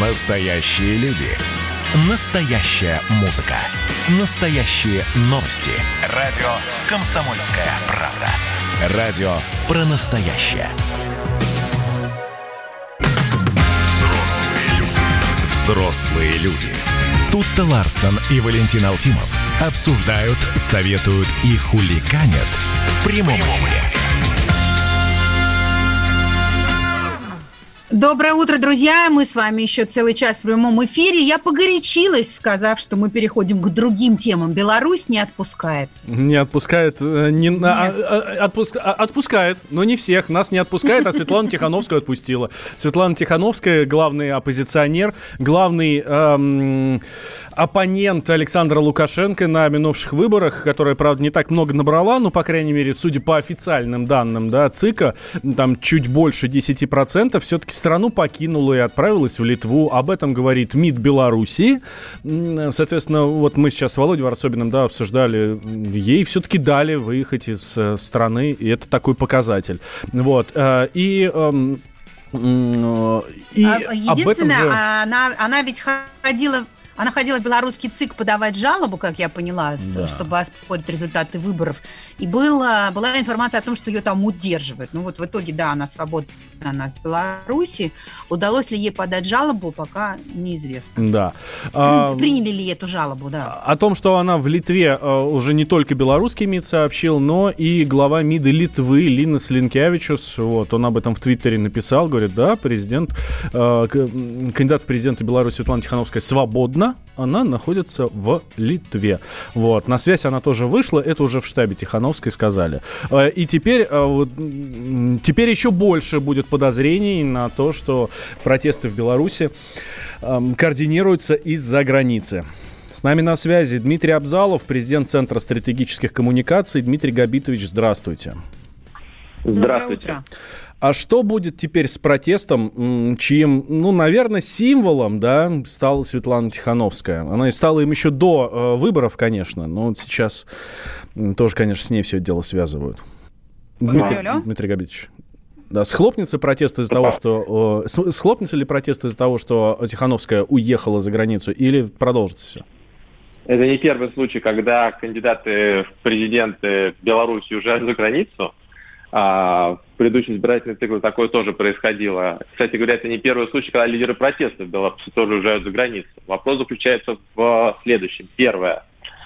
Настоящие люди. Настоящая музыка. Настоящие новости. Радио «Комсомольская правда». Радио про настоящее. Взрослые люди. Тутта Ларсон и Валентин Алфимов обсуждают, советуют и хулиганят в прямом эфире. Доброе утро, друзья! Мы с вами еще целый час в прямом эфире. Я погорячилась, сказав, что мы переходим к другим темам. Беларусь не отпускает. Не отпускает. Отпускает, но не всех. Нас не отпускает, а Светлану Тихановскую отпустила. Светлана Тихановская, главный оппозиционер, главный оппонент Александра Лукашенко на минувших выборах, которая, правда, не так много набрала, но, по крайней мере, судя по официальным данным, да, ЦИКа, там чуть больше 10%, все-таки страну покинула и отправилась в Литву. Об этом говорит МИД Белоруссии. Соответственно, вот мы сейчас с Володей Варсобиным, да, обсуждали, ей все-таки дали выехать из страны, и это такой показатель. Вот. Единственное, она ведь ходила... Она ходила в белорусский ЦИК подавать жалобу, как я поняла, да, чтобы оспорить результаты выборов. И была информация о том, что ее там удерживают. Ну вот в итоге, да, она свободна в Беларуси. Удалось ли ей подать жалобу, пока неизвестно. Да. Приняли ли эту жалобу, да. О том, что она в Литве, уже не только белорусский МИД сообщил, но и глава МИДа Литвы Линас Линкевичус. Вот, он об этом в Твиттере написал. Говорит, да, кандидат в президенты Беларуси Светлана Тихановская свободна. Она находится в Литве. Вот. На связь она тоже вышла. Это уже в штабе Тихановской сказали. И теперь еще больше будет подозрений на то, что протесты в Беларуси координируются из-за границы. С нами на связи Дмитрий Абзалов, президент Центра стратегических коммуникаций. Дмитрий Габитович, здравствуйте. Здравствуйте. А что будет теперь с протестом, чьим, наверное, символом, да, стала Светлана Тихановская? Она стала им еще до выборов, конечно, но вот сейчас тоже, конечно, с ней все это дело связывают. Дмитрий Габитович. Да, схлопнется ли протест из-за того, что Тихановская уехала за границу, или продолжится все? Это не первый случай, когда кандидаты в президенты Беларуси уезжают за границу. В предыдущем избирательном цикле такое тоже происходило. Кстати говоря, это не первый случай, когда лидеры протестов в Беларуси тоже уезжают за границу. Вопрос заключается в следующем. Первое.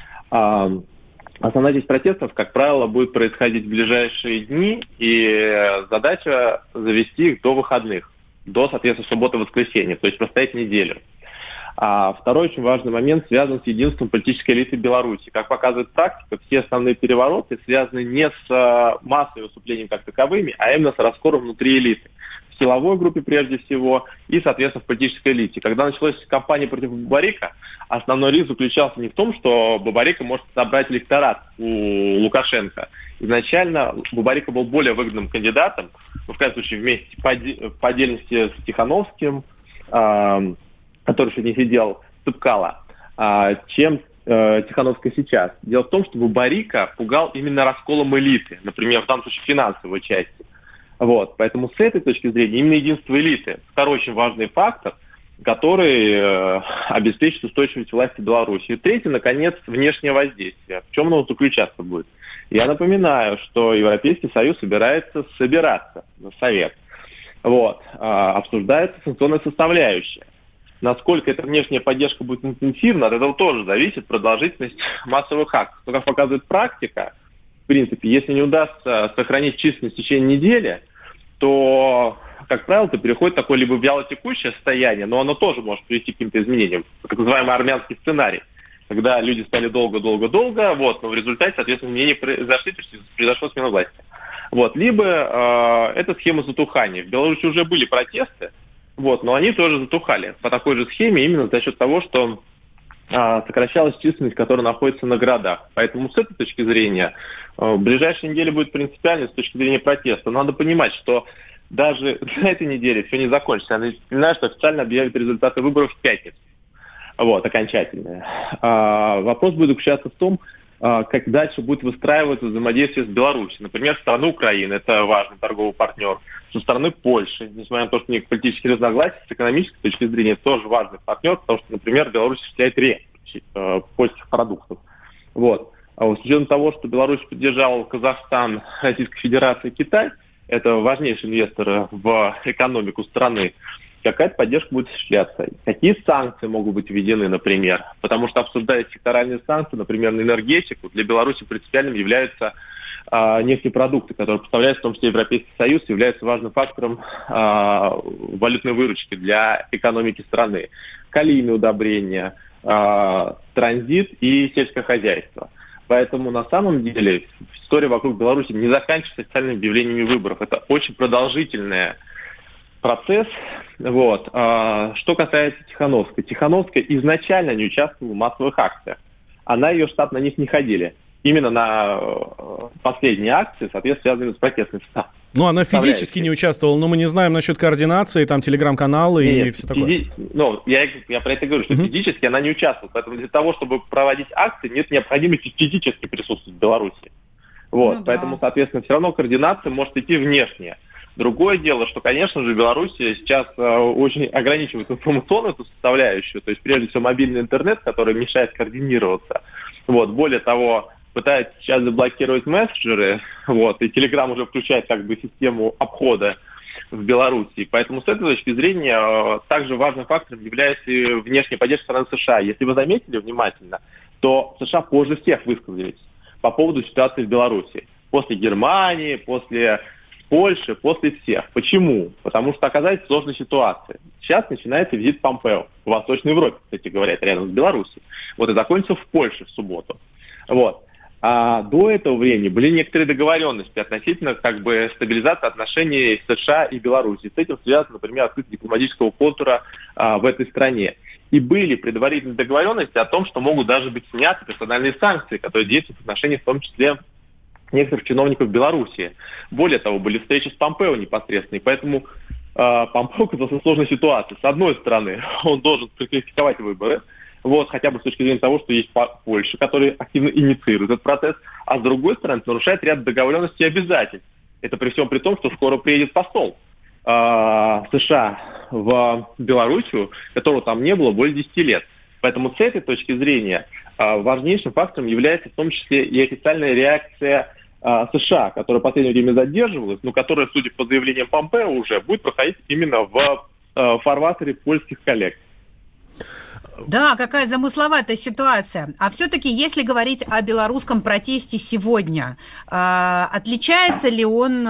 Основная часть протестов, как правило, будет происходить в ближайшие дни, и задача завести их до выходных, до, соответственно, субботы-воскресенья, то есть простоять неделю. А второй очень важный момент связан с единством политической элиты Беларуси. Как показывает практика, все основные перевороты связаны не с массовым выступлением как таковыми, а именно с расколом внутри элиты. В силовой группе прежде всего и, соответственно, в политической элите. Когда началась кампания против Бабарика, основной риск заключался не в том, что Бабарика может собрать электорат у Лукашенко. Изначально Бабарика был более выгодным кандидатом, в каждом случае вместе по отдельности с Тихановским, который еще не сидел, Цыпкало, чем Тихановская сейчас. Дело в том, что Бабарика пугал именно расколом элиты, например, в данном случае финансовой части. Вот. Поэтому с этой точки зрения именно единство элиты – второй очень важный фактор, который обеспечит устойчивость власти Беларуси. И третий, наконец, внешнее воздействие. В чем оно заключаться будет? Я напоминаю, что Европейский Союз собирается на Совет. Вот. Обсуждается санкционная составляющая. Насколько эта внешняя поддержка будет интенсивна, от этого тоже зависит продолжительность массовых актов. Но, как показывает практика, в принципе, если не удастся сохранить численность в течение недели, то, как правило, это переходит в такое либо вялотекущее состояние, но оно тоже может привести к каким-то изменениям, так называемый армянский сценарий, когда люди стали долго-долго-долго, но в результате, соответственно, изменения произошли, то есть произошла смена власти. Либо это схема затухания. В Беларуси уже были протесты, но они тоже затухали по такой же схеме именно за счет того, что сокращалась численность, которая находится на городах. Поэтому с этой точки зрения в ближайшей неделе будет принципиально с точки зрения протеста. Надо понимать, что даже на этой неделе все не закончится. Я напоминаю, что официально объявят результаты выборов в пятницу. Окончательные. Вопрос будет заключаться в том, как дальше будет выстраиваться взаимодействие с Беларусью. Например, со стороны Украины, это важный торговый партнер, со стороны Польши, несмотря на то, что у них политические разногласия, с экономической точки зрения это тоже важный партнер, потому что, например, Беларусь осуществляет реэкспорт польских продуктов. Вот. А вот с учетом того, что Беларусь поддержала Казахстан, Российская Федерация и Китай, это важнейшие инвесторы в экономику страны, какая-то поддержка будет осуществляться. Какие санкции могут быть введены, например? Потому что, обсуждая секторальные санкции, например, на энергетику, для Беларуси принципиальным являются нефтепродукты, которые поставляют в том числе Европейский Союз, являются важным фактором валютной выручки для экономики страны. Калийные удобрения, транзит и сельское хозяйство. Поэтому на самом деле история вокруг Беларуси не заканчивается официальными объявлениями выборов. Это очень продолжительный процесс. Вот. Что касается Тихановской. Тихановская изначально не участвовала в массовых акциях. Она и ее штаб на них не ходили. Именно на последние акции, соответственно, связанные с протестным штабом. Ну, она физически не участвовала, но мы не знаем насчет координации, там, телеграм-каналы и все такое. Я про это говорю, что физически она не участвовала. Поэтому для того, чтобы проводить акции, нет необходимости физически присутствовать в Беларуси. Вот. Поэтому, соответственно, все равно координация может идти внешне. Другое дело, что, конечно же, Беларусь сейчас очень ограничивает информационную эту составляющую, то есть, прежде всего, мобильный интернет, который мешает координироваться. Вот. Более того, пытается сейчас заблокировать мессенджеры, вот, и Telegram уже включает как бы систему обхода в Беларуси. Поэтому с этой точки зрения также важным фактором является и внешняя поддержка страны США. Если вы заметили внимательно, то США позже всех высказались по поводу ситуации в Беларуси. После Германии, после Польши, после всех. Почему? Потому что оказались в сложной ситуации. Сейчас начинается визит Помпео в Восточной Европе, кстати говоря, это рядом с Беларусью. Вот, и закончится в Польше в субботу. Вот. А до этого времени были некоторые договоренности относительно как бы стабилизации отношений США и Беларуси. С этим связано, например, открытие дипломатического контура в этой стране. И были предварительные договоренности о том, что могут даже быть сняты персональные санкции, которые действуют в отношении в том числе некоторых чиновников Беларуси. Более того, были встречи с Помпео непосредственно, и поэтому Помпео оказался в сложной ситуации. С одной стороны, он должен критиковать выборы, вот, хотя бы с точки зрения того, что есть Польша, которая активно инициирует этот процесс, а с другой стороны, нарушает ряд договоренностей и обязательств. Это при всем при том, что скоро приедет посол США в Белоруссию, которого там не было более 10 лет. Поэтому с этой точки зрения важнейшим фактором является в том числе и официальная реакция США, которая в последнее время задерживалась, но которая, судя по заявлениям Помпео, уже будет проходить именно в фарватере польских коллег. Да, какая замысловатая ситуация. А все-таки, если говорить о белорусском протесте сегодня, отличается ли он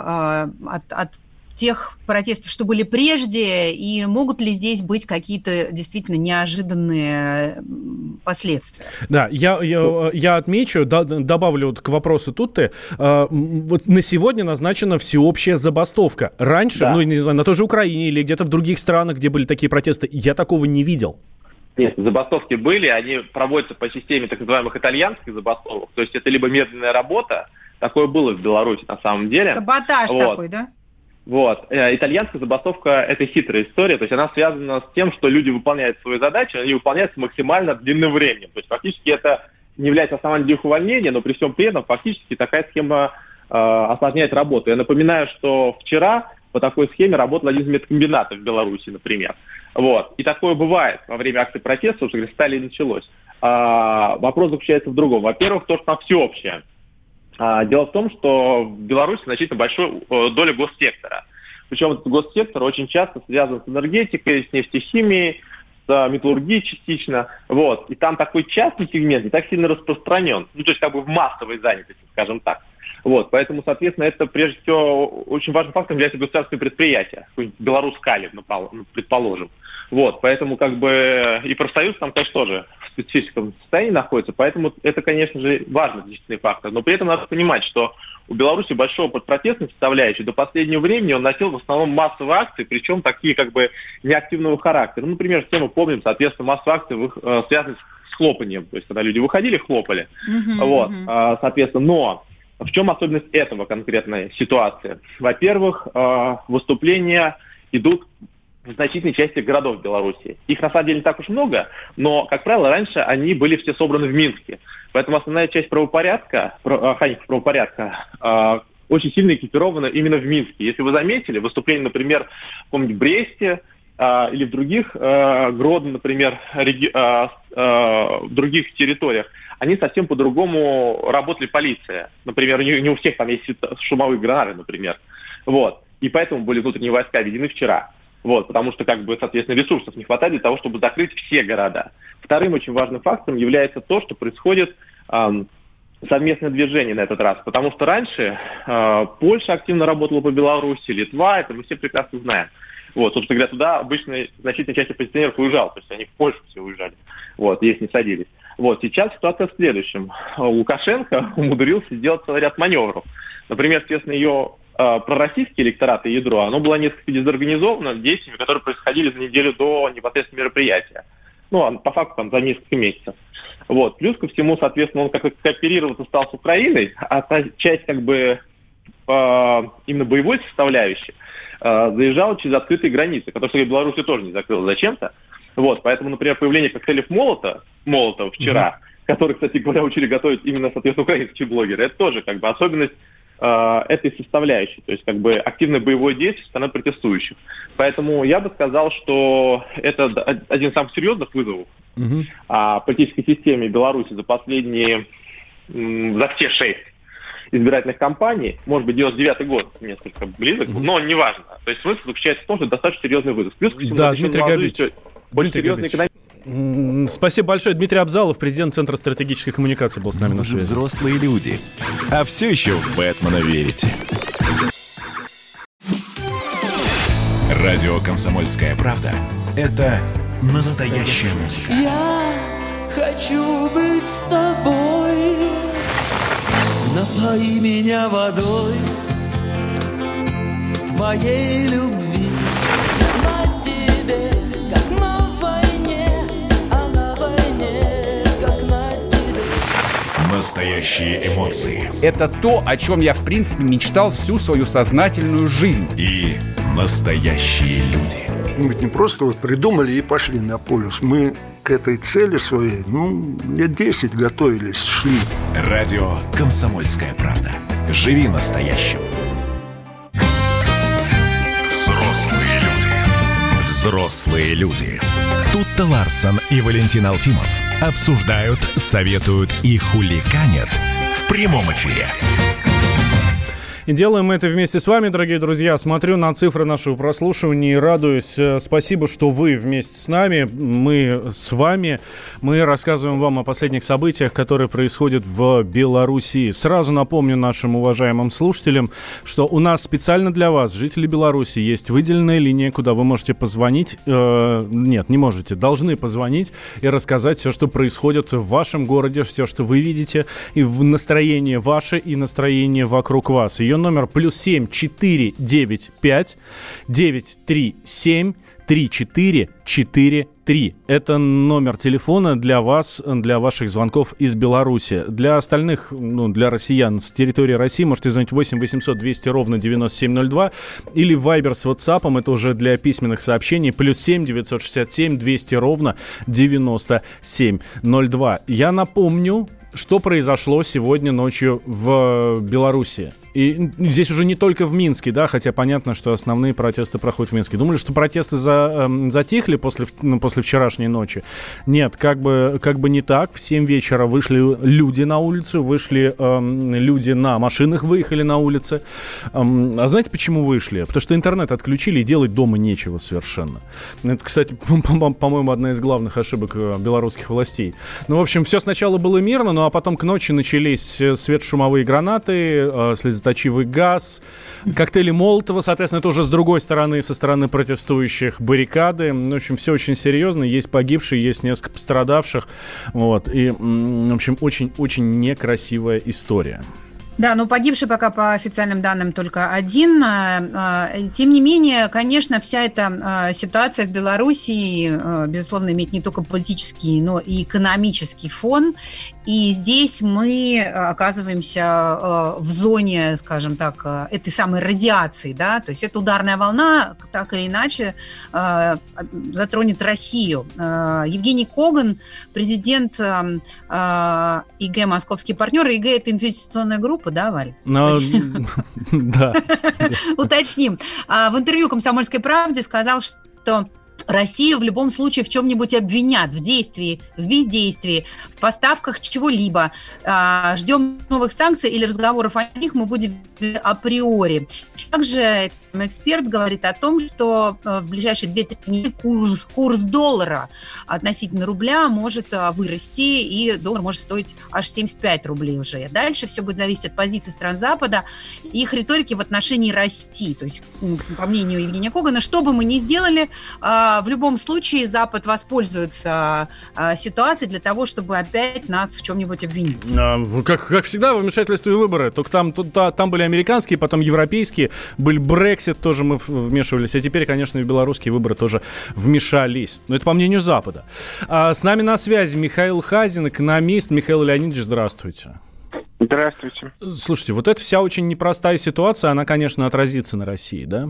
от тех протестов, что были прежде, и могут ли здесь быть какие-то действительно неожиданные последствия? Да, я отмечу, добавлю вот к вопросу тут-то, вот на сегодня назначена всеобщая забастовка. Раньше, да. Не знаю, на той же Украине или где-то в других странах, где были такие протесты, я такого не видел. Нет, забастовки были, они проводятся по системе так называемых итальянских забастовок, то есть это либо медленная работа, такое было в Беларуси на самом деле. Саботаж такой, да? Вот. Итальянская забастовка – это хитрая история, то есть она связана с тем, что люди выполняют свои задачи, они выполняются максимально длинным временем. То есть фактически это не является основанием для их увольнения, но при всем при этом фактически такая схема осложняет работу. Я напоминаю, что вчера по такой схеме работал один из медкомбинатов в Беларуси, например. Вот. И такое бывает во время акции протеста, уже в Сталине началось. Вопрос заключается в другом. Во-первых, то, что там всеобщее. Дело в том, что в Беларуси значительно большая доля госсектора. Причем этот госсектор очень часто связан с энергетикой, с нефтехимией, с металлургией частично. Вот. И там такой частный сегмент не так сильно распространен. Ну, то есть как бы в массовой занятости, скажем так. Вот. Поэтому, соответственно, это прежде всего очень важным фактором является государственные предприятия. Какой-нибудь Беларусь-Кали, предположим. Вот. Поэтому как бы и профсоюз там, конечно, тоже в специфическом состоянии находится. Поэтому это, конечно же, важный значительный фактор. Но при этом надо понимать, что у Беларуси большой опыт протестной составляющей. До последнего времени он носил в основном массовые акции, причем такие как бы неактивного характера. Ну, например, все мы помним, соответственно, массовые акции связаны с хлопанием. То есть, когда люди выходили, хлопали. Вот. Соответственно, но в чем особенность этого конкретной ситуации? Во-первых, выступления идут в значительной части городов Беларуси. Их на самом деле не так уж много, но, как правило, раньше они были все собраны в Минске. Поэтому основная часть охранников правопорядка очень сильно экипирована именно в Минске. Если вы заметили, выступления, например, в Бресте или в других, Гродно, например, в других территориях, они совсем по-другому работали полиция. Например, не у всех там есть шумовые гранаты, например. Вот. И поэтому были внутренние войска введены вчера. Вот, потому что, соответственно, ресурсов не хватает для того, чтобы закрыть все города. Вторым очень важным фактором является то, что происходит совместное движение на этот раз. Потому что раньше Польша активно работала по Беларуси, Литва, это мы все прекрасно знаем. Вот, собственно говоря, туда обычно значительная часть оппозиционеров уезжала, то есть они в Польшу все уезжали, вот, если не садились. Вот, сейчас ситуация в следующем. Лукашенко умудрился сделать целый ряд маневров. Например, естественно, ее пророссийский электорат и ядро, оно было несколько дезорганизовано действиями, которые происходили за неделю до непосредственно мероприятия. Ну, по факту, там, за несколько месяцев. Вот. Плюс ко всему, соответственно, он как-то кооперироваться стал с Украиной, а та часть, именно боевой составляющей, заезжала через открытые границы, которые Беларусь тоже не закрыла зачем-то. Вот. Поэтому, например, появление коктейлей Молотова вчера, который, кстати говоря, учили готовить именно, соответственно, украинские блогеры, это тоже особенность этой составляющей, то есть активное боевое действие со стороны протестующих. Поэтому я бы сказал, что это один из самых серьезных вызовов политической системе Беларуси за все 6 избирательных кампаний. Может быть, 99-й год несколько близок, но неважно. То есть смысл заключается в том, что это достаточно серьезный вызов. Плюс, да, Дмитрий Габич. Очень серьезный экономический. Спасибо большое. Дмитрий Абзалов, президент Центра стратегической коммуникации, был с нами на связи. Взрослые люди. А все еще в Бэтмена верите. Радио «Комсомольская правда» — это настоящая музыка. Я хочу быть с тобой. Напои меня водой твоей любви. Настоящие эмоции. Это то, о чем я, в принципе, мечтал всю свою сознательную жизнь. И настоящие люди. Мы ведь не просто придумали и пошли на полюс. Мы к этой цели своей, лет 10 готовились, шли. Радио «Комсомольская правда». Живи настоящим. Взрослые люди. Взрослые люди. Тут-то Ларсон и Валентин Алфимов обсуждают, советуют и хулиганят в прямом эфире. И делаем мы это вместе с вами, дорогие друзья. Смотрю на цифры нашего прослушивания и радуюсь. Спасибо, что вы вместе с нами. Мы с вами. Мы рассказываем вам о последних событиях, которые происходят в Беларуси. Сразу напомню нашим уважаемым слушателям, что у нас специально для вас, жители Беларуси, есть выделенная линия, куда вы можете позвонить. Нет, не можете. Должны позвонить и рассказать все, что происходит в вашем городе, все, что вы видите, и в настроение ваше, и настроение вокруг вас. Ее номер +7 495 937 3443. Это номер телефона для вас, для ваших звонков из Беларуси. Для остальных, для россиян с территории России можете звонить 8 800 200 ровно 9702 или Viber с WhatsApp, это уже для письменных сообщений, +7 967 200 ровно 9702. Я напомню, что произошло сегодня ночью в Беларуси. И здесь уже не только в Минске, да, хотя понятно, что основные протесты проходят в Минске. Думали, что протесты затихли после вчерашней ночи? Нет, как бы не так. В 7 вечера вышли люди на улицу, люди на машинах выехали на улицы. А знаете, почему вышли? Потому что интернет отключили и делать дома нечего совершенно. Это, кстати, по-моему, одна из главных ошибок белорусских властей. В общем, все сначала было мирно, а потом к ночи начались светошумовые гранаты, слезоточивый газ, коктейли Молотова, соответственно, это уже с другой стороны, со стороны протестующих, баррикады. В общем, все очень серьезно, есть погибшие, есть несколько пострадавших. И, в общем, очень-очень некрасивая история. Да, но погибший пока по официальным данным только один. Тем не менее, конечно, вся эта ситуация в Белоруссии, безусловно, имеет не только политический, но и экономический фон. И здесь мы оказываемся в зоне, скажем так, этой самой радиации, да, то есть эта ударная волна так или иначе затронет Россию. Евгений Коган, президент ИГ «Московский партнер». ИГ – это инвестиционная группа, да, Валь? Да. Уточним. В интервью «Комсомольской правде» сказал, что Россию в любом случае в чем-нибудь обвинят, в действии, в бездействии, в поставках чего-либо. Ждем новых санкций или разговоров о них мы будем априори. Также эксперт говорит о том, что в ближайшие 2-3 недели курс доллара относительно рубля может вырасти, и доллар может стоить аж 75 рублей уже. Дальше все будет зависеть от позиции стран Запада и их риторики в отношении России. То есть, по мнению Евгения Когана, что бы мы ни сделали, в любом случае Запад воспользуется ситуацией для того, чтобы опять нас в чем-нибудь обвинить. Как всегда, в вмешательстве в выборы. Только там были американские, потом европейские, был Брексит, тоже мы вмешивались. А теперь, конечно, и в белорусские выборы тоже вмешались. Но это по мнению Запада. С нами на связи Михаил Хазин, экономист. Михаил Леонидович, здравствуйте. Здравствуйте. Слушайте, вот эта вся очень непростая ситуация, она, конечно, отразится на России, да?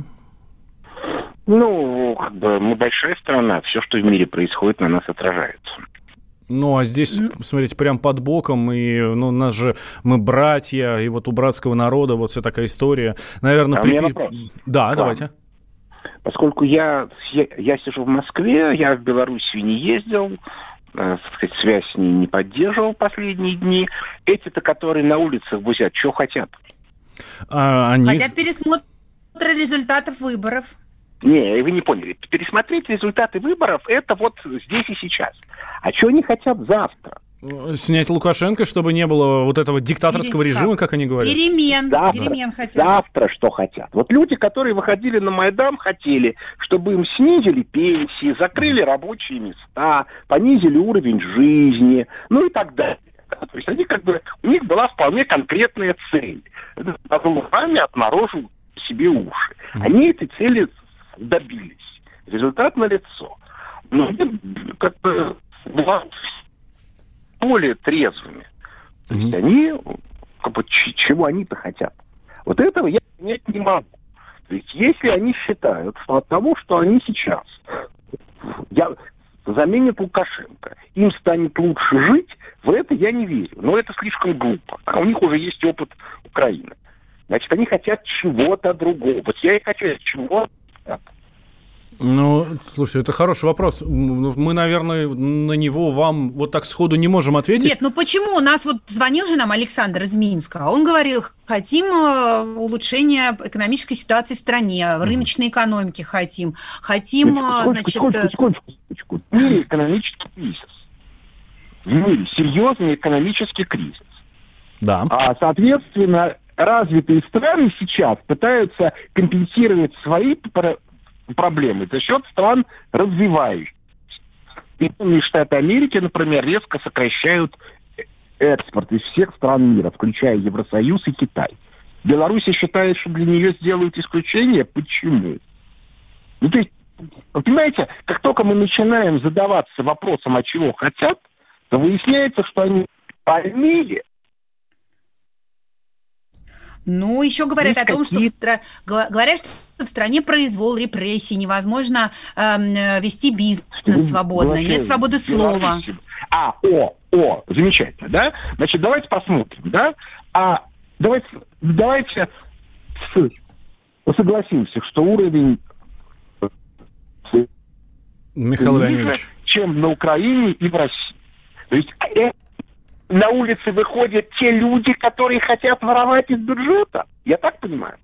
Ну, мы большая страна, все, что в мире происходит, на нас отражается. Ну, а здесь, смотрите, прям под боком, и, нас же, мы братья, и вот у братского народа вот вся такая история. Наверное, у меня вопрос. Да, давайте. Поскольку я сижу в Москве, я в Белоруссию не ездил, сказать, связь с ней не поддерживал последние дни. Эти-то, которые на улицах бузят, что хотят? Хотят пересмотра результатов выборов. Не, вы не поняли. Пересмотреть результаты выборов – это вот здесь и сейчас. А что они хотят завтра? Снять Лукашенко, чтобы не было вот этого диктаторского режима, как они говорят? Перемен хотят. Завтра что хотят? Вот люди, которые выходили на Майдан, хотели, чтобы им снизили пенсии, закрыли рабочие места, понизили уровень жизни, ну и так далее. То есть они у них была вполне конкретная цель. Руками отморожу себе уши. Они этой цели добились. Результат налицо. Но они бывают более трезвыми. То есть они, чего они-то хотят. Вот этого я понять не могу. То есть если они считают, что от того, что они сейчас заменят Лукашенко, им станет лучше жить, в это я не верю. Но это слишком глупо. А у них уже есть опыт Украины. Значит, они хотят чего-то другого. Вот я и хочу чего-то. Ну, слушай, это хороший вопрос. Мы, наверное, на него вам вот так сходу не можем ответить. Нет, ну почему? У нас вот звонил же нам Александр из Минска. Он говорил, хотим улучшения экономической ситуации в стране, рыночной экономики хотим. Хотим, Секундочку. В мире экономический кризис. В мире серьезный экономический кризис. Да. Соответственно, развитые страны сейчас пытаются компенсировать свои проблемы за счет стран развивающихся. Соединенные Штаты Америки, например, резко сокращают экспорт из всех стран мира, включая Евросоюз и Китай. Беларусь считает, что для нее сделают исключение. Почему? Ну, то есть, вы понимаете, как только мы начинаем задаваться вопросом, а чего хотят, то выясняется, что они поймели. Ну, еще говорят о том, что говорят, что в стране произвол, репрессий, невозможно вести бизнес свободно, нет свободы слова. Замечательно, да? Значит, давайте посмотрим, да? Давайте согласимся, что уровень Михаил Леонидович, чем на Украине и в России. То есть на улице выходят те люди, которые хотят воровать из бюджета. Я так понимаю?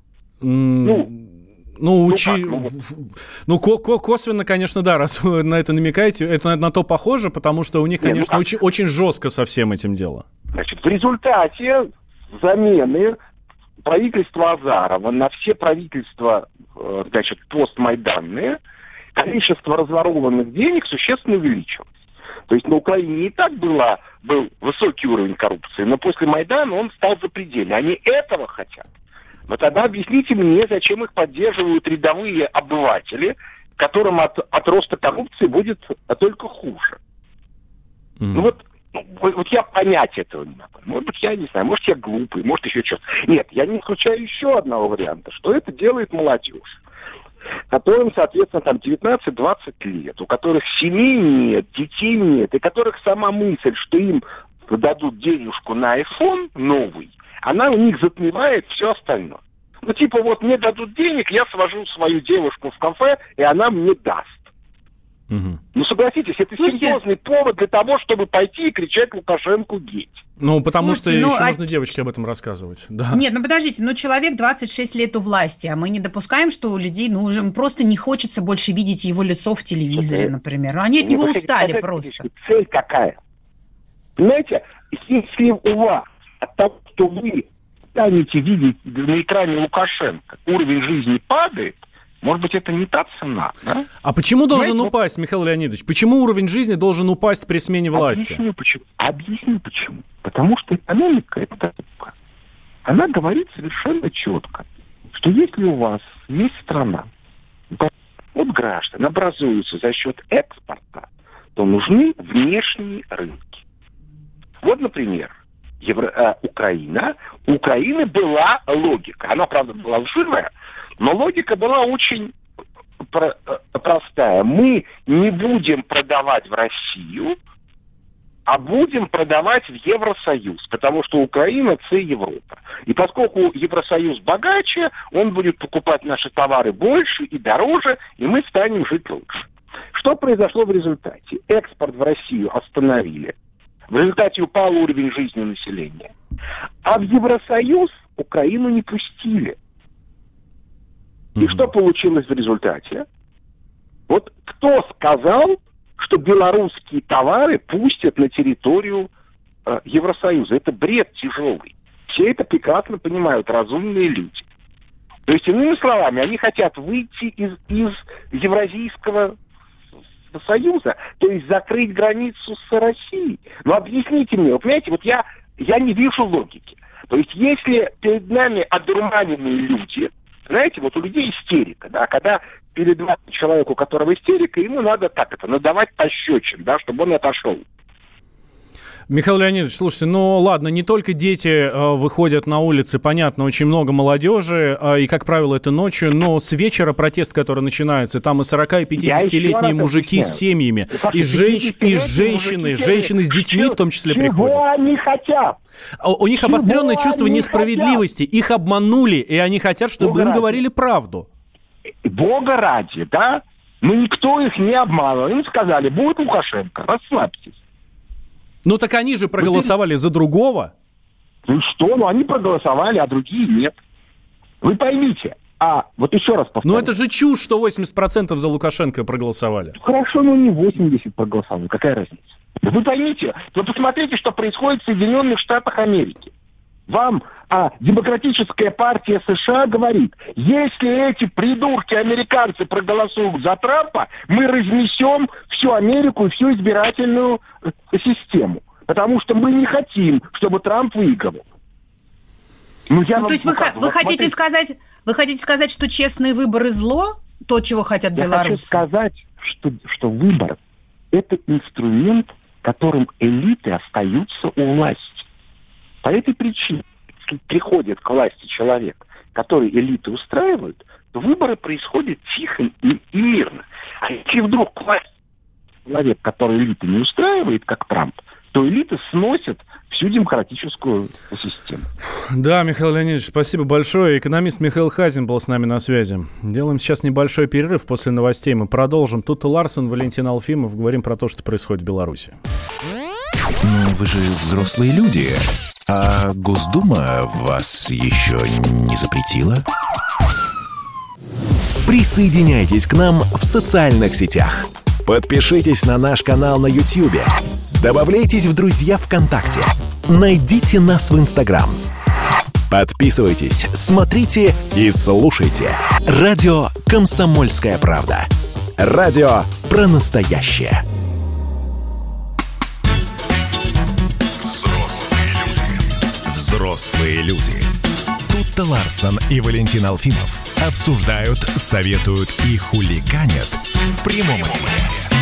Косвенно, конечно, да, раз вы на это намекаете, это на то похоже, потому что у них, конечно, очень жестко со всем этим дело. Значит, в результате замены правительства Азарова на все правительства, постмайданные, количество разворованных денег существенно увеличилось. То есть на Украине и так был высокий уровень коррупции, но после Майдана он стал запредельный. Они этого хотят. Но тогда объясните мне, зачем их поддерживают рядовые обыватели, которым от роста коррупции будет только хуже. Ну вот я понять этого не могу. Может быть, я не знаю, может, я глупый, может, еще что-то. Нет, я не исключаю еще одного варианта, что это делает молодежь, которым, соответственно, там 19-20 лет, у которых семей нет, детей нет, и которых сама мысль, что им дадут денежку на iPhone новый, она у них затмевает все остальное. Ну, типа, вот мне дадут денег, я свожу свою девушку в кафе, и она мне даст. Угу. Ну, согласитесь, это серьезный повод для того, чтобы пойти и кричать Лукашенку геть. Ну, потому что еще нужно девочке об этом рассказывать. Да. Нет, ну подождите, человек 26 лет у власти, а мы не допускаем, что у людей, уже просто не хочется больше видеть его лицо в телевизоре, например. Они от него устали просто. Цель какая? Понимаете, если у вас от того, что вы станете видеть на экране Лукашенко, уровень жизни падает, может быть, это не та цена, да? А почему должен упасть, Михаил Леонидович? Почему уровень жизни должен упасть при смене власти? Объясню почему. Потому что экономика – это наука. Она говорит совершенно четко, что если у вас есть страна, вот граждан образуются за счет экспорта, то нужны внешние рынки. Вот, например, Украина. У Украины была логика. Она, правда, была лживая, но логика была очень простая. Мы не будем продавать в Россию, а будем продавать в Евросоюз, потому что Украина – это Европа. И поскольку Евросоюз богаче, он будет покупать наши товары больше и дороже, и мы станем жить лучше. Что произошло в результате? Экспорт в Россию остановили. В результате упал уровень жизни населения. А в Евросоюз Украину не пустили. И что получилось в результате? Вот кто сказал, что белорусские товары пустят на территорию Евросоюза? Это бред тяжелый. Все это прекрасно понимают, разумные люди. То есть, иными словами, они хотят выйти из Евразийского Союза, то есть закрыть границу с Россией. Но объясните мне, вот понимаете, вот я не вижу логики. То есть, если перед нами одурманенные люди, знаете, вот у людей истерика, да, когда перед вами человек, у которого истерика, ему надо надавать пощечин, да, чтобы он отошел. Михаил Леонидович, слушайте, ладно, не только дети выходят на улицы, понятно, очень много молодежи, и, как правило, это ночью, но с вечера протест, который начинается, там и 40- и 50-летние мужики с семьями, и женщины с детьми в том числе приходят. Чего они хотят? У них обостренное чувство несправедливости, их обманули, и они хотят, чтобы им говорили правду. Бога ради, да? Но никто их не обманул, им сказали, будет Лукашенко, расслабьтесь. Ну так они же проголосовали за другого. Ну что, они проголосовали, а другие нет. Вы поймите, вот еще раз повторю. Ну это же чушь, что 80% за Лукашенко проголосовали. Хорошо, не 80 проголосовали, какая разница? Вы поймите, вы посмотрите, что происходит в Соединенных Штатах Америки. Вам Демократическая партия США говорит, если эти придурки-американцы проголосуют за Трампа, мы разнесем всю Америку и всю избирательную систему. Потому что мы не хотим, чтобы Трамп выиграл. То есть вы хотите сказать, что честные выборы зло? То, чего хотят белорусы? Я хочу сказать, что выбор – это инструмент, которым элиты остаются у власти. По этой причине, если приходит к власти человек, который элиты устраивают, то выборы происходят тихо и мирно. А если вдруг к власти человек, который элиты не устраивает, как Трамп, то элиты сносят всю демократическую систему. Да, Михаил Леонидович, спасибо большое. Экономист Михаил Хазин был с нами на связи. Делаем сейчас небольшой перерыв. После новостей мы продолжим. Тутта Ларсон, Валентин Алфимов. Говорим про то, что происходит в Беларуси. Ну, вы же взрослые люди. А Госдума вас еще не запретила? Присоединяйтесь к нам в социальных сетях. Подпишитесь на наш канал на YouTube. Добавляйтесь в друзья ВКонтакте. Найдите нас в Инстаграм. Подписывайтесь, смотрите и слушайте. Радио «Комсомольская правда». Радио про настоящее. Взрослые люди. Тутта Ларсон и Валентин Алфимов обсуждают, советуют и хулиганят в прямом эфире.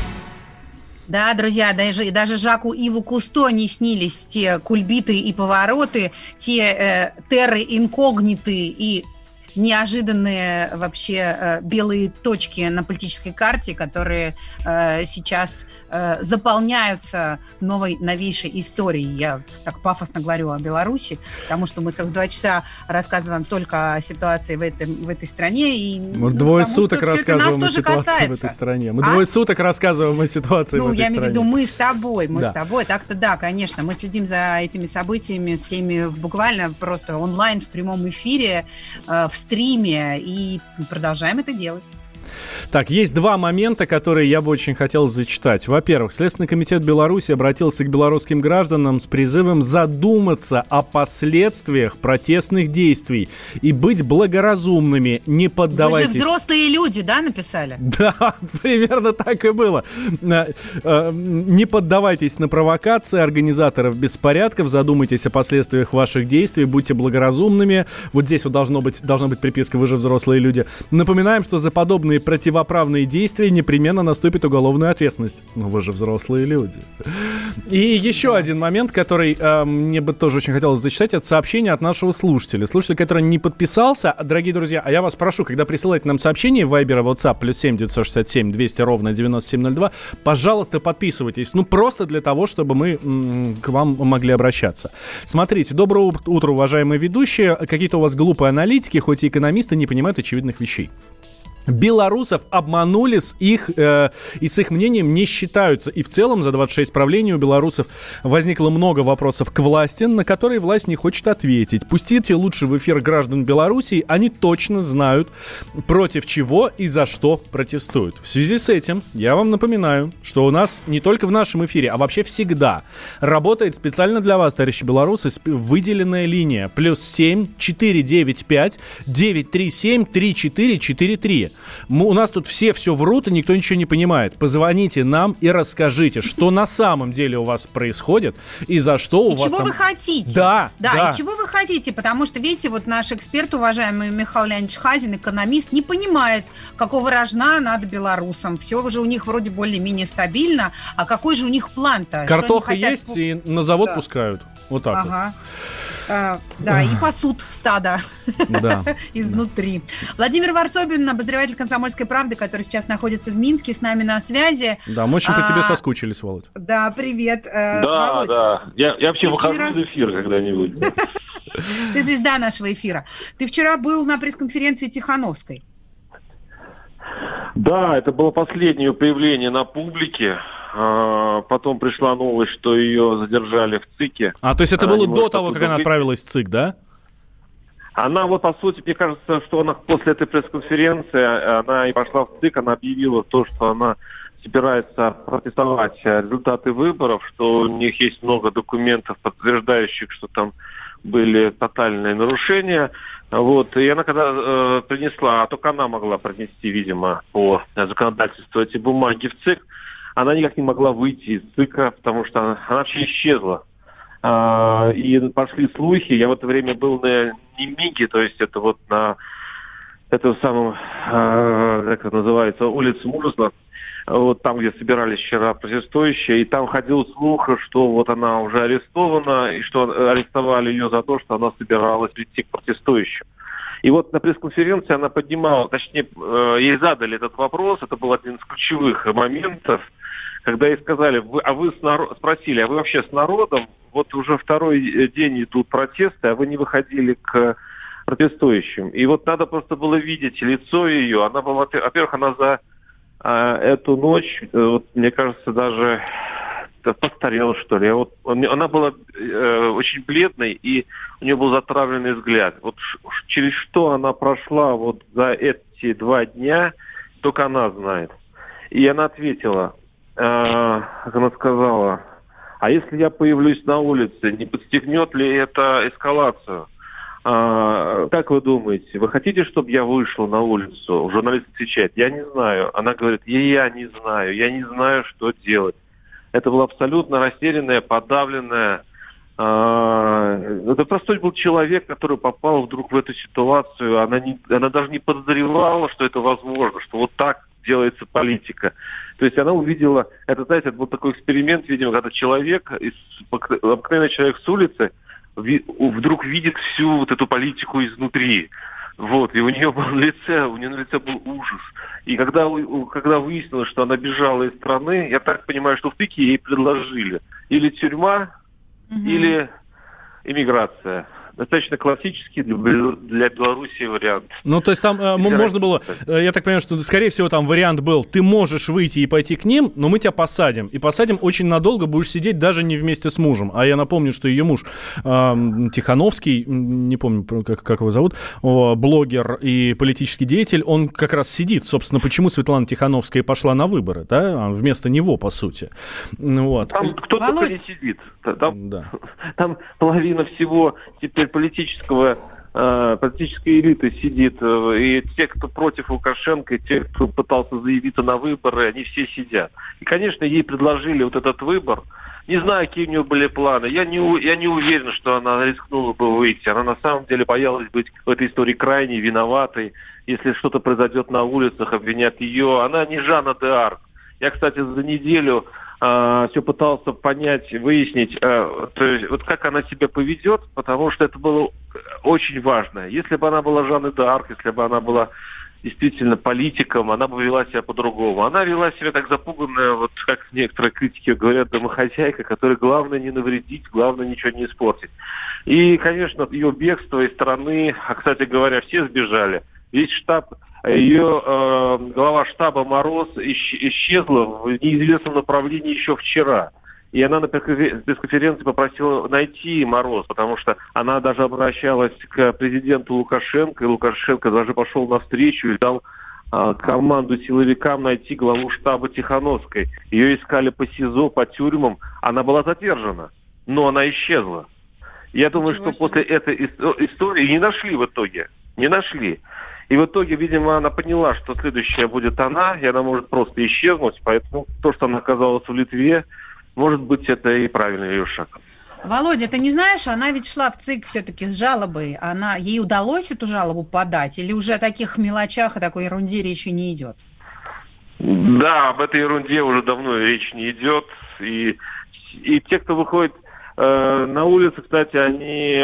Да, друзья, даже Жаку Иву Кусто не снились те кульбиты и повороты, те терры инкогниты и неожиданные вообще белые точки на политической карте, которые сейчас заполняются новой, новейшей историей. Я так пафосно говорю о Беларуси, потому что мы целых 2 часа рассказываем только о ситуации в этой стране. И, мы 2 суток рассказываем о ситуации в этой стране. Мы 2 суток рассказываем о ситуации в этой стране. Я имею в виду, мы с тобой. Так-то да, конечно. Мы следим за этими событиями всеми буквально просто онлайн, в прямом эфире, в стриме, и продолжаем это делать. Так, есть 2 момента, которые я бы очень хотел зачитать. Во-первых, Следственный комитет Беларуси обратился к белорусским гражданам с призывом задуматься о последствиях протестных действий и быть благоразумными, не поддавайтесь... Вы же взрослые люди, да, написали? Да, примерно так и было. Не поддавайтесь на провокации организаторов беспорядков, задумайтесь о последствиях ваших действий, будьте благоразумными. Вот здесь вот должна быть приписка «Вы же взрослые люди». Напоминаем, что за подобные противоправные действия непременно наступит уголовная ответственность. Ну, вы же взрослые люди. И еще один момент, который мне бы тоже очень хотелось зачитать, это сообщение от нашего слушателя. Слушатель, который не подписался. Дорогие друзья, а я вас прошу, когда присылаете нам сообщение в Viber и WhatsApp +7 967 200 ровно 9702, пожалуйста, подписывайтесь. Ну, просто для того, чтобы мы к вам могли обращаться. Смотрите, доброе утро, уважаемые ведущие. Какие-то у вас глупые аналитики, хоть и экономисты, не понимают очевидных вещей. Белорусов обманули и с их мнением не считаются. И в целом за 26 правлений у белорусов возникло много вопросов к власти, на которые власть не хочет ответить. Пустите лучше в эфир граждан Белоруссии, они точно знают, против чего и за что протестуют. В связи с этим я вам напоминаю, что у нас не только в нашем эфире, а вообще всегда работает специально для вас, товарищи белорусы, выделенная линия +7 495 937 3443. У нас тут все врут, и никто ничего не понимает. Позвоните нам и расскажите, что на самом деле у вас происходит и за что у вас чего вы хотите. Да. И чего вы хотите, потому что, видите, вот наш эксперт, уважаемый Михаил Леонидович Хазин, экономист, не понимает, какого рожна надо белорусам. Все уже у них вроде более-менее стабильно, а какой же у них план-то? Картоха есть, и на завод пускают. Вот так вот. Да, и пасут стадо изнутри. Владимир Варсобин, обозреватель «Комсомольской правды», который сейчас находится в Минске, с нами на связи. Да, мы очень по тебе соскучились, Володь. Да, привет. Да. Я вообще выхожу в эфир когда-нибудь. Ты звезда нашего эфира. Ты вчера был на пресс-конференции Тихановской. Да, это было последнее появление на публике. Потом пришла новость, что ее задержали в ЦИКе. То есть это было до того, как она отправилась в ЦИК, да? Она по сути, мне кажется, что она после этой пресс-конференции, она и пошла в ЦИК, она объявила то, что она собирается протестовать результаты выборов, что у них есть много документов, подтверждающих, что там были тотальные нарушения. И она когда принесла, а только она могла принести, видимо, по законодательству эти бумаги в ЦИК, она никак не могла выйти из ЦИКа, потому что она вообще исчезла. И пошли слухи. Я в это время был на Немиге, то есть это вот на этом самом, как это называется, улице Мурзла, вот там, где собирались вчера протестующие, и там ходил слух, что вот она уже арестована, и что арестовали ее за то, что она собиралась идти к протестующим. И вот на пресс-конференции она поднимала, точнее, ей задали этот вопрос, это был один из ключевых моментов, когда ей сказали, спросили, а вы вообще с народом? Вот уже второй день идут протесты, а вы не выходили к протестующим. И вот надо просто было видеть лицо ее. Она была, во-первых, она за эту ночь, мне кажется, даже постарела, что ли. Она была очень бледной, и у нее был затравленный взгляд. Вот через что она прошла вот за эти 2 дня, только она знает. И она ответила, как она сказала, а если я появлюсь на улице, не подстегнет ли это эскалацию? Как вы думаете, вы хотите, чтобы я вышла на улицу? Журналист отвечает, я не знаю. Она говорит, я не знаю, что делать. Это была абсолютно растерянная, подавленная Это простой был человек, который попал вдруг в эту ситуацию. Она даже не подозревала, что это возможно, что вот так делается политика. То есть она увидела, это, знаете, это был такой эксперимент, видимо, когда человек, обыкновенный человек с улицы, вдруг видит всю вот эту политику изнутри. Вот, и у нее на лице был ужас. И когда выяснилось, что она бежала из страны, я так понимаю, что в пике ей предложили или тюрьма, или иммиграция. Достаточно классический для Белоруссии вариант. Ну, то есть там можно было, я так понимаю, что, скорее всего, там вариант был, ты можешь выйти и пойти к ним, но мы тебя посадим. И посадим очень надолго, будешь сидеть даже не вместе с мужем. А я напомню, что ее муж Тихановский, не помню, как его зовут, блогер и политический деятель, он как раз сидит. Собственно, почему Светлана Тихановская пошла на выборы, да? Вместо него, по сути. Вот. Там кто-то не сидит. Там половина всего теперь политической элиты сидит, и те, кто против Лукашенко, и те, кто пытался заявиться на выборы, они все сидят. И, конечно, ей предложили вот этот выбор. Не знаю, какие у нее были планы. Я не уверен, что она рискнула бы выйти. Она на самом деле боялась быть в этой истории крайне виноватой. Если что-то произойдет на улицах, обвинят ее. Она не Жанна д'Арк. Я, кстати, за неделю все пытался понять, выяснить, то есть, вот как она себя поведет, потому что это было очень важно. Если бы она была Жанной д'Арк, если бы она была действительно политиком, она бы вела себя по-другому. Она вела себя как запуганная, вот как некоторые критики говорят, домохозяйка, которой главное не навредить, главное ничего не испортить. И, конечно, ее бегство из страны, а, кстати говоря, все сбежали. Весь штаб, ее глава штаба Мороз исчезла в неизвестном направлении еще вчера. И она на пресс-конференции попросила найти Мороз, потому что она даже обращалась к президенту Лукашенко, и Лукашенко даже пошел навстречу и дал команду силовикам найти главу штаба Тихановской. Ее искали по СИЗО, по тюрьмам. Она была задержана, но она исчезла. Я думаю, что после этой истории не нашли в итоге. Не нашли. И в итоге, видимо, она поняла, что следующая будет она, и она может просто исчезнуть. Поэтому то, что она оказалась в Литве, может быть, это и правильный ее шаг. Володя, ты не знаешь, она ведь шла в ЦИК все-таки с жалобой. Ей удалось эту жалобу подать? Или уже о таких мелочах и такой ерунде речи не идет? Да, об этой ерунде уже давно речь не идет. И те, кто выходит на улице, кстати, они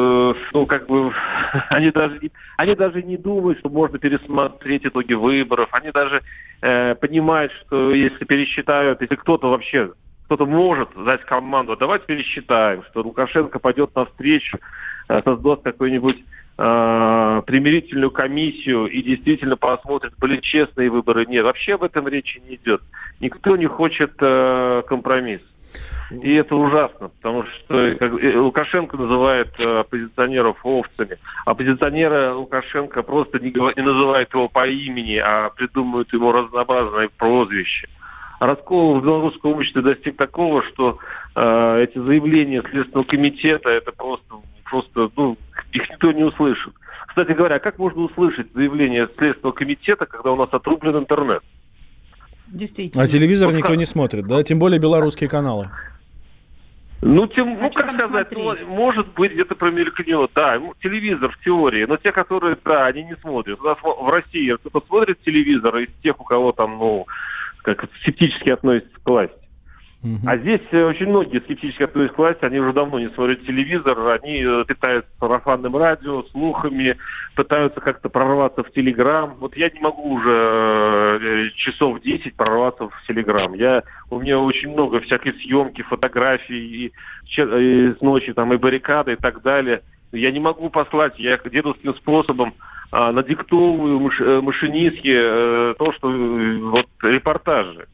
даже не думают, что можно пересмотреть итоги выборов. Они даже понимают, что если пересчитают, если кто-то может дать команду, давайте пересчитаем, что Лукашенко пойдет навстречу, создаст какую-нибудь примирительную комиссию и действительно посмотрит, были честные выборы. Нет, вообще об этом речи не идет. Никто не хочет компромисс. И это ужасно, потому что Лукашенко называет оппозиционеров овцами. Оппозиционеры Лукашенко просто не называют его по имени, а придумывают ему разнообразные прозвища. Раскол в белорусском обществе достиг такого, что эти заявления Следственного комитета, это просто их никто не услышит. Кстати говоря, как можно услышать заявление Следственного комитета, когда у нас отрублен интернет? Действительно. А телевизор никто не смотрит, да? Тем более белорусские каналы. Как сказать, может быть, где-то промелькнет. Да, телевизор в теории, но те, которые, они не смотрят. У нас в России кто-то смотрит телевизор из тех, у кого там, скептически относятся к власти. А здесь очень многие скептически относятся к власти, они уже давно не смотрят телевизор, они питаются сарафанным радио, слухами, пытаются как-то прорваться в Телеграм. Вот я не могу уже часов 10 прорваться в Телеграм. У меня очень много всякой съемки, фотографий, и с ночи там и баррикады и так далее. Я не могу послать, я дедовским способом надиктовываю машинистке то, что репортажи.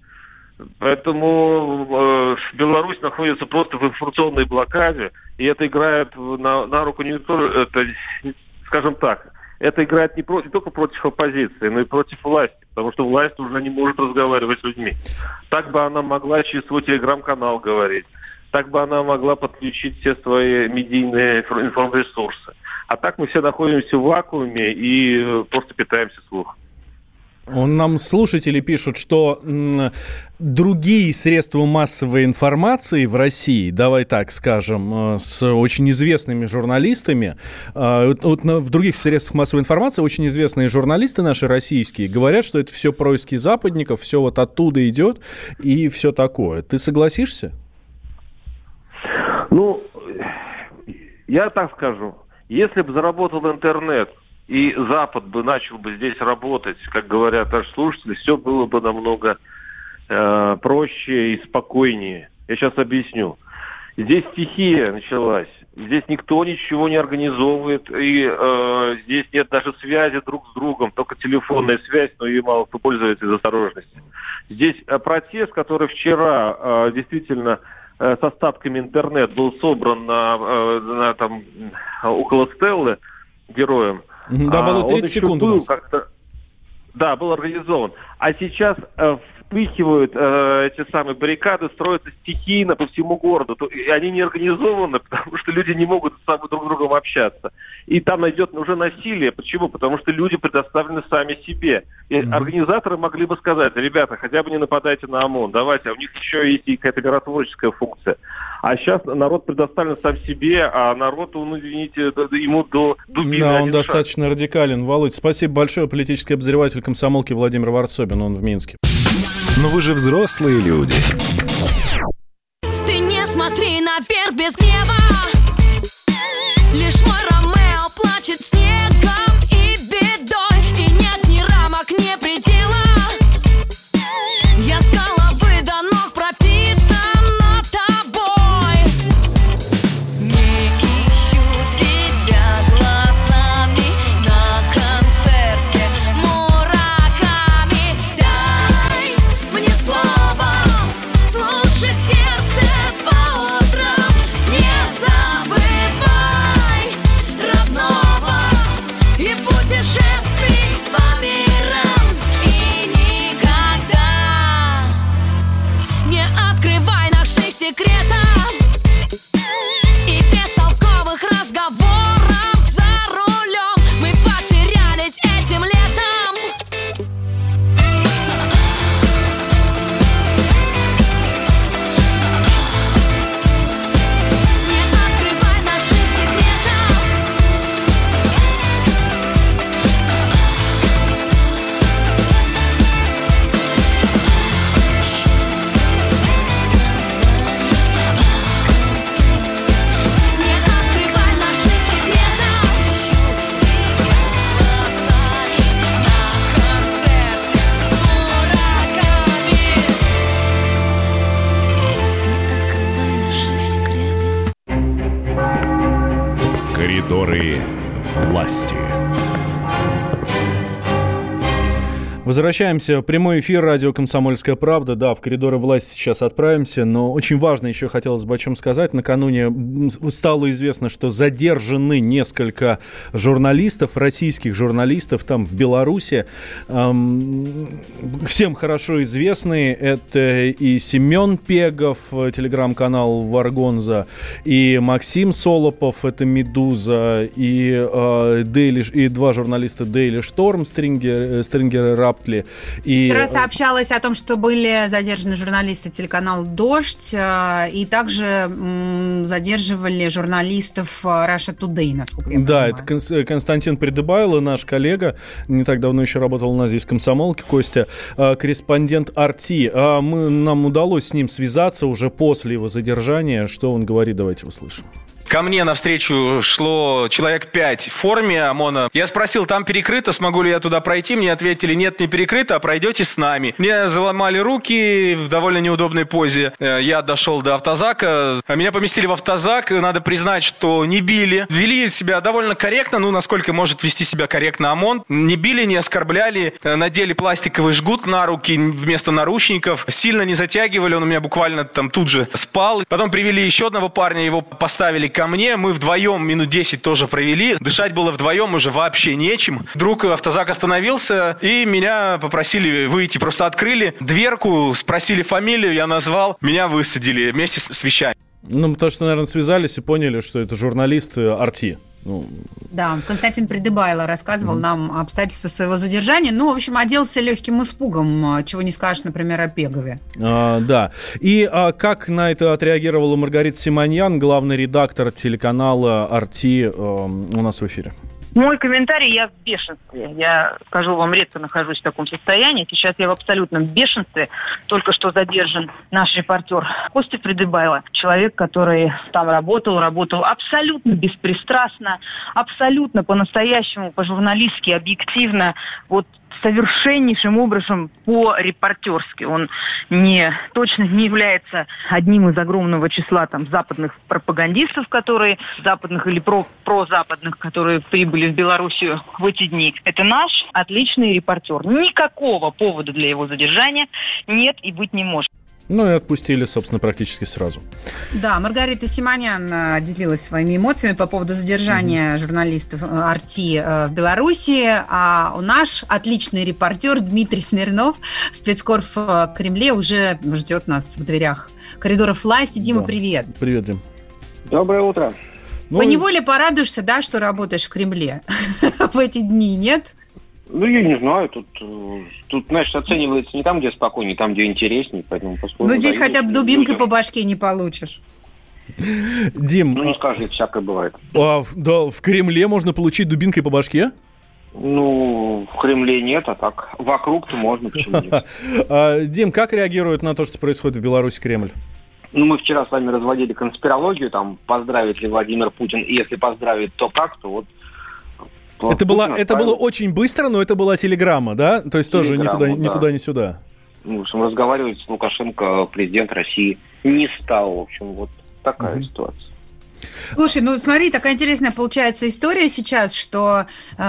Поэтому Беларусь находится просто в информационной блокаде, и это играет на руку не только, скажем так, это играет не только против оппозиции, но и против власти, потому что власть уже не может разговаривать с людьми. Так бы она могла через свой телеграм-канал говорить, так бы она могла подключить все свои медийные информресурсы. А так мы все находимся в вакууме и просто питаемся слухом. Нам слушатели пишут, что другие средства массовой информации в России, давай так скажем, с очень известными журналистами, в других средствах массовой информации очень известные журналисты наши российские говорят, что это все происки западников, все вот оттуда идет и все такое. Ты согласишься? Ну, я так скажу. Если бы заработал интернет, и Запад бы начал бы здесь работать, как говорят наши слушатели, все было бы намного проще и спокойнее. Я сейчас объясню. Здесь стихия началась. Здесь никто ничего не организовывает, и здесь нет даже связи друг с другом, только телефонная связь, но ее мало кто пользуется из осторожности. Здесь протест, который вчера действительно с остатками интернет был собран там, около Стеллы героем. Да, было 30 секунд у нас. Да, был организован. А сейчас вспыхивают эти самые баррикады, строятся стихийно по всему городу. И они не организованы, потому что люди не могут с собой друг с другом общаться. И там идет уже насилие. Почему? Потому что люди предоставлены сами себе. И организаторы могли бы сказать: ребята, хотя бы не нападайте на ОМОН, давайте, а у них еще есть и какая-то миротворческая функция. А сейчас народ предоставлен сам себе, а народ, извините, ему до дубины. Да, он достаточно радикален. Володь, спасибо большое. Политический обозреватель комсомолки Владимир Варсобин, он в Минске. Но вы же взрослые люди. Ты не смотри наверх без гнева. Лишь мой Ромео плачет снегом и бедой. И нет ни рамок, ни предела. Я с головы до ног пропитана тобой. Не ищу тебя глазами на концерте Мураками. Дай мне слово слушать сердце по утрам. Не забывай родного и путешествий по мирам. И никогда не открывай наших секретов. И бестолковых разговоров за рулем. Мы потерялись этим летом. Не открывай наших секретов. Не открывай наших секретов. Ищу тебя глазами на концерте Мураками. Не открывай наших секретов. Коридоры власти. Возвращаемся в прямой эфир радио «Комсомольская правда». Да, в коридоры власти сейчас отправимся, но очень важно еще хотелось бы о чем сказать. Накануне стало известно, что задержаны несколько журналистов, российских журналистов там в Беларуси. Всем хорошо известные. Это и Семен Пегов, телеграм-канал «Варгонза», и Максим Солопов, это «Медуза», и два журналиста «Дейли Шторм», Стрингер Раптли. И вчера сообщалось о том, что были задержаны журналисты телеканала «Дождь», и также задерживали журналистов Russia Today, насколько я понимаю. Да, это Константин Придыбайло, наш коллега, не так давно еще работал у нас здесь в «Комсомолке», Костя, корреспондент RT. Нам удалось с ним связаться уже после его задержания. Что он говорит, давайте услышим. Ко мне навстречу шло человек 5 в форме ОМОНа. Я спросил, там перекрыто, смогу ли я туда пройти? Мне ответили, нет, не перекрыто, а пройдете с нами. Мне заломали руки в довольно неудобной позе. Я дошел до автозака. Меня поместили в автозак. Надо признать, что не били. Вели себя довольно корректно, насколько может вести себя корректно ОМОН. Не били, не оскорбляли. Надели пластиковый жгут на руки вместо наручников. Сильно не затягивали, он у меня буквально там тут же спал. Потом привели еще одного парня, его поставили ко мне, мы вдвоем минут 10 тоже провели. Дышать было вдвоем уже вообще нечем. Вдруг автозак остановился, и меня попросили выйти. Просто открыли дверку, спросили фамилию, я назвал, меня высадили вместе с вещами. Потому что, наверное, связались и поняли, что это журналист RT. Да, Константин Придыбайло рассказывал нам обстоятельства своего задержания. Ну, в общем, оделся легким испугом, чего не скажешь, например, о Пегове. Да. И как на это отреагировала Маргарита Симоньян, главный редактор телеканала «Арти» у нас в эфире? Мой комментарий: я в бешенстве. Я, скажу вам, редко нахожусь в таком состоянии. Сейчас я в абсолютном бешенстве. Только что задержан наш репортер Костя Придыбайло. Человек, который там работал абсолютно беспристрастно, абсолютно по-настоящему, по-журналистски, объективно, вот совершеннейшим образом по-репортерски. Он точно не является одним из огромного числа там западных пропагандистов, которые западных или прозападных, которые прибыли в Белоруссию в эти дни. Это наш отличный репортер. Никакого повода для его задержания нет и быть не может. Ну и отпустили, собственно, практически сразу. Да, Маргарита Симоньян делилась своими эмоциями по поводу задержания журналистов «Арти» в Беларуси. А наш отличный репортер Дмитрий Смирнов, спецкор в Кремле, уже ждет нас в дверях коридоров власти. Дима, привет. Привет, Дим. Доброе утро. Поневоле порадуешься, да, что работаешь в Кремле в эти дни, нет? Ну, я не знаю, тут, значит, оценивается не там, где спокойнее, там, где интереснее, поэтому... Ну, здесь хотя бы дубинкой по башке не получишь. Дим... Ну, не скажи, всякое бывает. Да, в Кремле можно получить дубинкой по башке? Ну, в Кремле нет, а так вокруг-то можно, почему нет. Дим, как реагирует на то, что происходит в Беларуси Кремль? Ну, мы вчера с вами разводили конспирологию, там, поздравит ли Владимир Путин, и если поздравит, то как, то вот... Это было очень быстро, но это была телеграмма, да? То есть тоже ни туда, ни сюда. В общем, разговаривать с Лукашенко президент России не стал. В общем, вот такая ситуация. Слушай, ну смотри, такая интересная получается история сейчас, что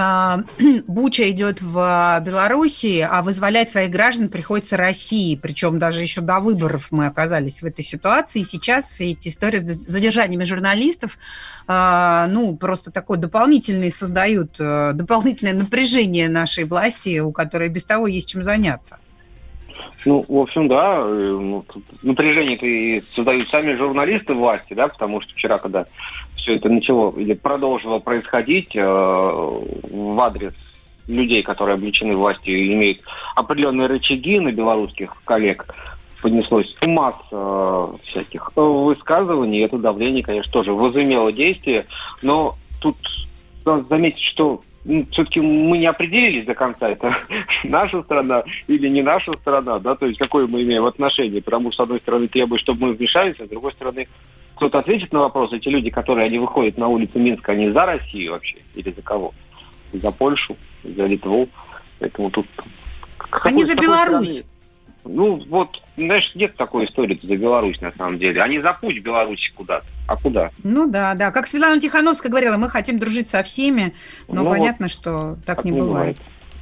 Буча идет в Белоруссии, а вызволять своих граждан приходится России. Причем даже еще до выборов мы оказались в этой ситуации. И сейчас эти истории с задержаниями журналистов, просто такое дополнительное создают, дополнительное напряжение нашей власти, у которой без того есть чем заняться. Ну, в общем, да, напряжение-то и создают сами журналисты власти, да, потому что вчера, когда все это начало или продолжило происходить в адрес людей, которые облечены властью и имеют определенные рычаги на белорусских коллег, поднеслось масса всяких высказываний, и это давление, конечно, тоже возымело действие, но тут надо заметить, что все-таки мы не определились до конца, это наша страна или не наша страна, да, то есть какое мы имеем отношение, потому что, с одной стороны, требует, чтобы мы вмешались, а с другой стороны, кто-то ответит на вопрос, эти люди, которые они выходят на улицу Минска, они за Россию вообще или за кого? За Польшу, за Литву, поэтому тут... Они за Беларусь. Ну, вот, знаешь, нет такой истории за Беларусь, на самом деле. Они за путь Беларуси куда-то. А куда? Ну да. Как Светлана Тихановская говорила, мы хотим дружить со всеми, но понятно, что так не бывает.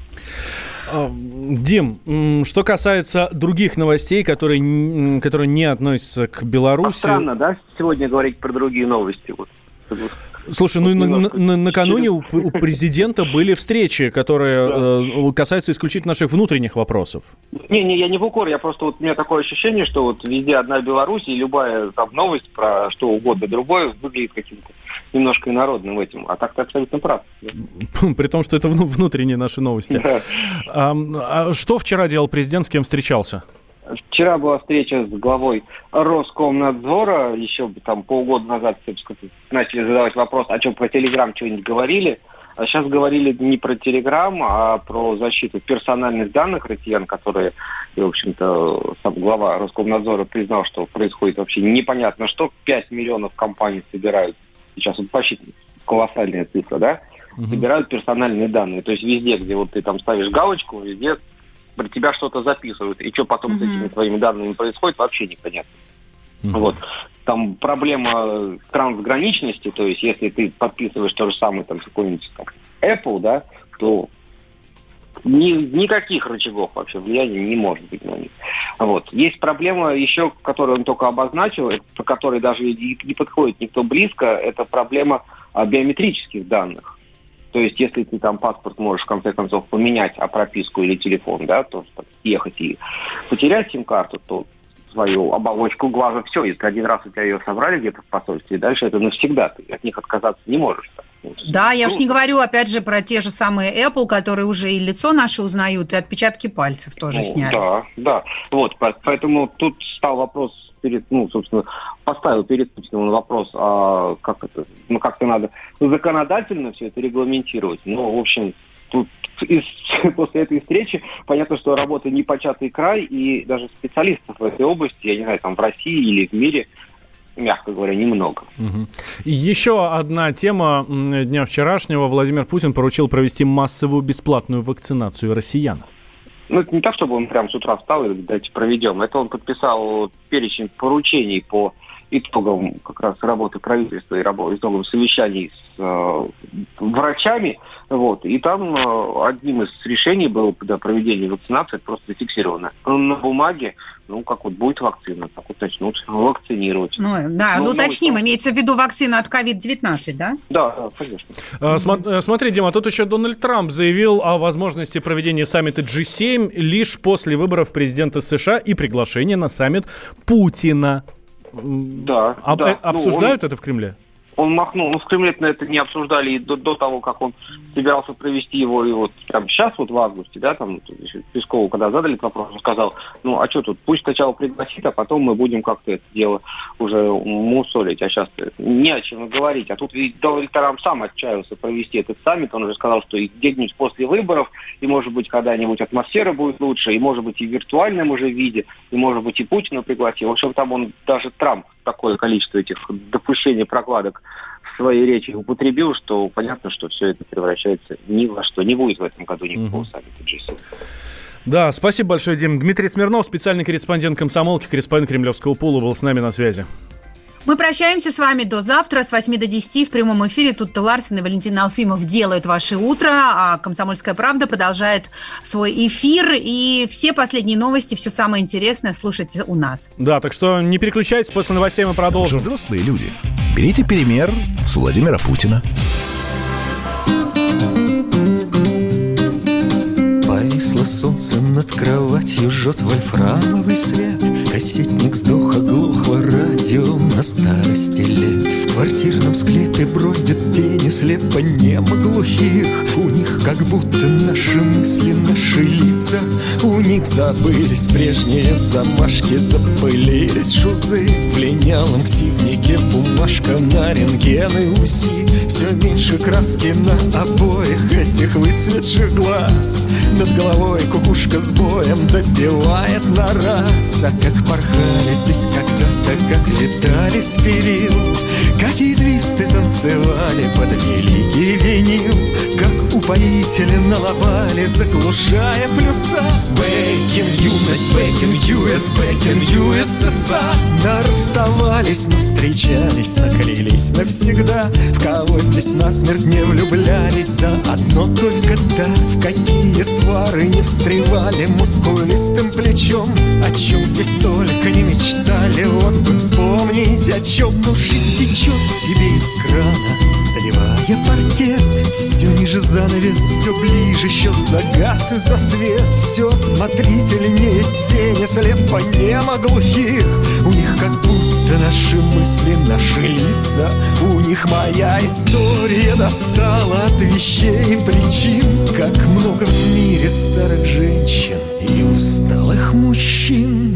Дим, что касается других новостей, которые не относятся к Беларуси... Странно, да, сегодня говорить про другие новости? Вот. Слушай, накануне у президента были встречи, которые касаются исключительно наших внутренних вопросов. Не, я не в укор, я просто у меня такое ощущение, что вот везде одна Беларусь, и любая там новость про что угодно другое выглядит каким-то немножко инородным этим, а так ты абсолютно прав. При том, что это внутренние наши новости. А что вчера делал президент, с кем встречался? Вчера была встреча с главой Роскомнадзора, еще там полгода назад, собственно, начали задавать вопрос, о чем про Телеграм что-нибудь говорили. А сейчас говорили не про Телеграм, а про защиту персональных данных россиян, которые, и, в общем-то, сам глава Роскомнадзора признал, что происходит вообще непонятно что. 5 миллионов компаний собирают, сейчас вот почти колоссальная цифра, да, собирают персональные данные. То есть везде, где вот ты там ставишь галочку, везде про тебя что-то записывают. И что потом с этими твоими данными происходит, вообще непонятно. Вот. Там проблема трансграничности, то есть если ты подписываешь то же самое, там, какой-нибудь там, Apple, да, то никаких рычагов вообще влияния не может быть на них. Вот. Есть проблема еще, которую он только обозначил, по которой даже не подходит никто близко, это проблема биометрических данных. То есть, если ты там паспорт можешь, в конце концов, поменять, а прописку или телефон, да, то ехать и потерять сим-карту, то свою оболочку глаза, все, если один раз у тебя ее собрали где-то в посольстве, и дальше это навсегда, ты от них отказаться не можешь. Да, я уж не говорю, опять же, про те же самые Apple, которые уже и лицо наше узнают, и отпечатки пальцев тоже сняли. Да. Вот, поэтому тут стал вопрос поставил перед Путиным вопрос, а как это, как-то надо законодательно все это регламентировать. В общем, тут после этой встречи понятно, что работа непочатый край, и даже специалистов в этой области, я не знаю, там в России или в мире, мягко говоря, немного. Еще одна тема дня вчерашнего. Владимир Путин поручил провести массовую бесплатную вакцинацию россиян. Это не так, чтобы он прямо с утра встал и давайте проведем. Это он подписал перечень поручений по итогам как раз работы правительства и итогам совещаний с врачами. И там одним из решений было проведение вакцинации, это просто зафиксировано. На бумаге, будет вакцина, так начнут вакцинировать. Уточним, имеется в виду вакцина от COVID-19, да? Да, конечно. Смотри, Дима, тут еще Дональд Трамп заявил о возможности проведения саммита G7 лишь после выборов президента США и приглашения на саммит Путина. Да. Обсуждают это в Кремле? Он махнул. В Кремле это не обсуждали и до того, как он собирался провести его. И прямо сейчас, в августе, Пескову, когда задали этот вопрос, он сказал, а что тут, пусть сначала пригласит, а потом мы будем как-то это дело уже мусолить. А сейчас не о чем говорить. А тут ведь Дональд Трамп сам отчаялся провести этот саммит. Он уже сказал, что и где-нибудь после выборов, и, может быть, когда-нибудь атмосфера будет лучше, и, может быть, и в виртуальном уже виде, и, может быть, и Путина пригласил. В общем, там он, даже Трамп, такое количество этих допущений, прокладок в своей речи употребил, что понятно, что все это превращается ни во что. Не будет в этом году никакого саммита G7. Да, спасибо большое, Дим. Дмитрий Смирнов, специальный корреспондент «Комсомолки», корреспондент Кремлевского пула, был с нами на связи. Мы прощаемся с вами до завтра с 8 до 10 в прямом эфире. Тутта Ларсен и Валентин Алфимов делают ваше утро, а «Комсомольская правда» продолжает свой эфир. И все последние новости, все самое интересное слушайте у нас. Да, так что не переключайтесь, после новостей мы продолжим. Взрослые люди, берите пример с Владимира Путина. Повисло солнце над кроватью, жжет вольфрамовый свет. Кассетник сдох, оглохло радио на старости лет. В квартирном склепе бродят тени слепо немо глухих. У них как будто наши мысли, наши лица. У них забылись прежние замашки, запылились шузы. В линялом ксивнике бумажка на рентген и УЗИ. Все меньше краски на обоих этих выцветших глаз. Над головой кукушка с боем допевает на раз. А как порхали здесь когда-то, как летали с перил, какие твисты танцевали под великий винил, как упоительно лобали, заглушая плюса. Бэкин юность, бэкин US, бэкин USSR. Расставались, но встречались, наклялись навсегда. В кого здесь насмерть не влюблялись, за одно только да. В какие свары не встревали мускулистым плечом. О чем здесь только не мечтали, вот бы вспомнить о чем. Но жизнь течет себе из крана, заливая паркет. Все ниже занавес, все ближе, счет за газ и за свет. Все смотрительнее тени слепо немо глухих. У них как будто наши мысли, наши лица. У них моя история достала от вещей и причин. Как много в мире старых женщин и усталых мужчин.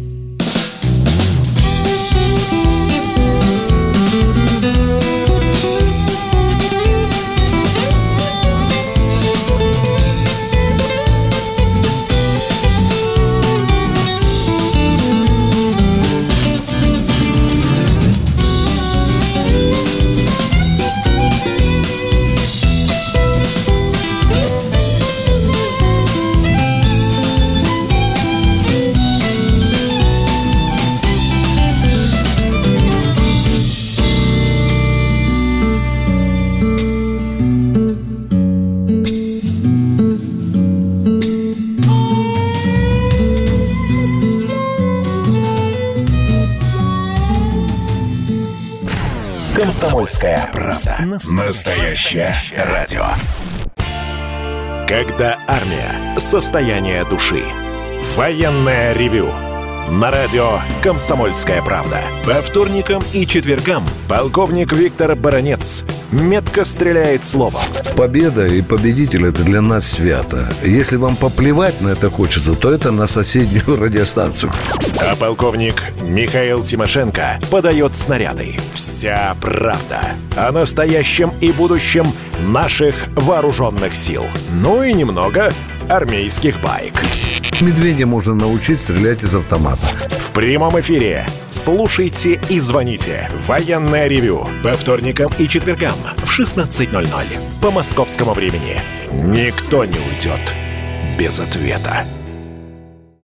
«Комсомольская правда». Настоящее радио. Когда армия. Состояние души. Военное ревю. На радио «Комсомольская правда». По вторникам и четвергам полковник Виктор Баранец метко стреляет словом. Победа и победитель – это для нас свято. Если вам поплевать на это хочется, то это на соседнюю радиостанцию. А полковник Михаил Тимошенко подает снаряды. Вся правда о настоящем и будущем наших вооруженных сил. Ну и немного армейских баек. Медведя можно научить стрелять из автомата. В прямом эфире слушайте и звоните. Военное ревю по вторникам и четвергам в 16:00 по московскому времени. Никто не уйдет без ответа.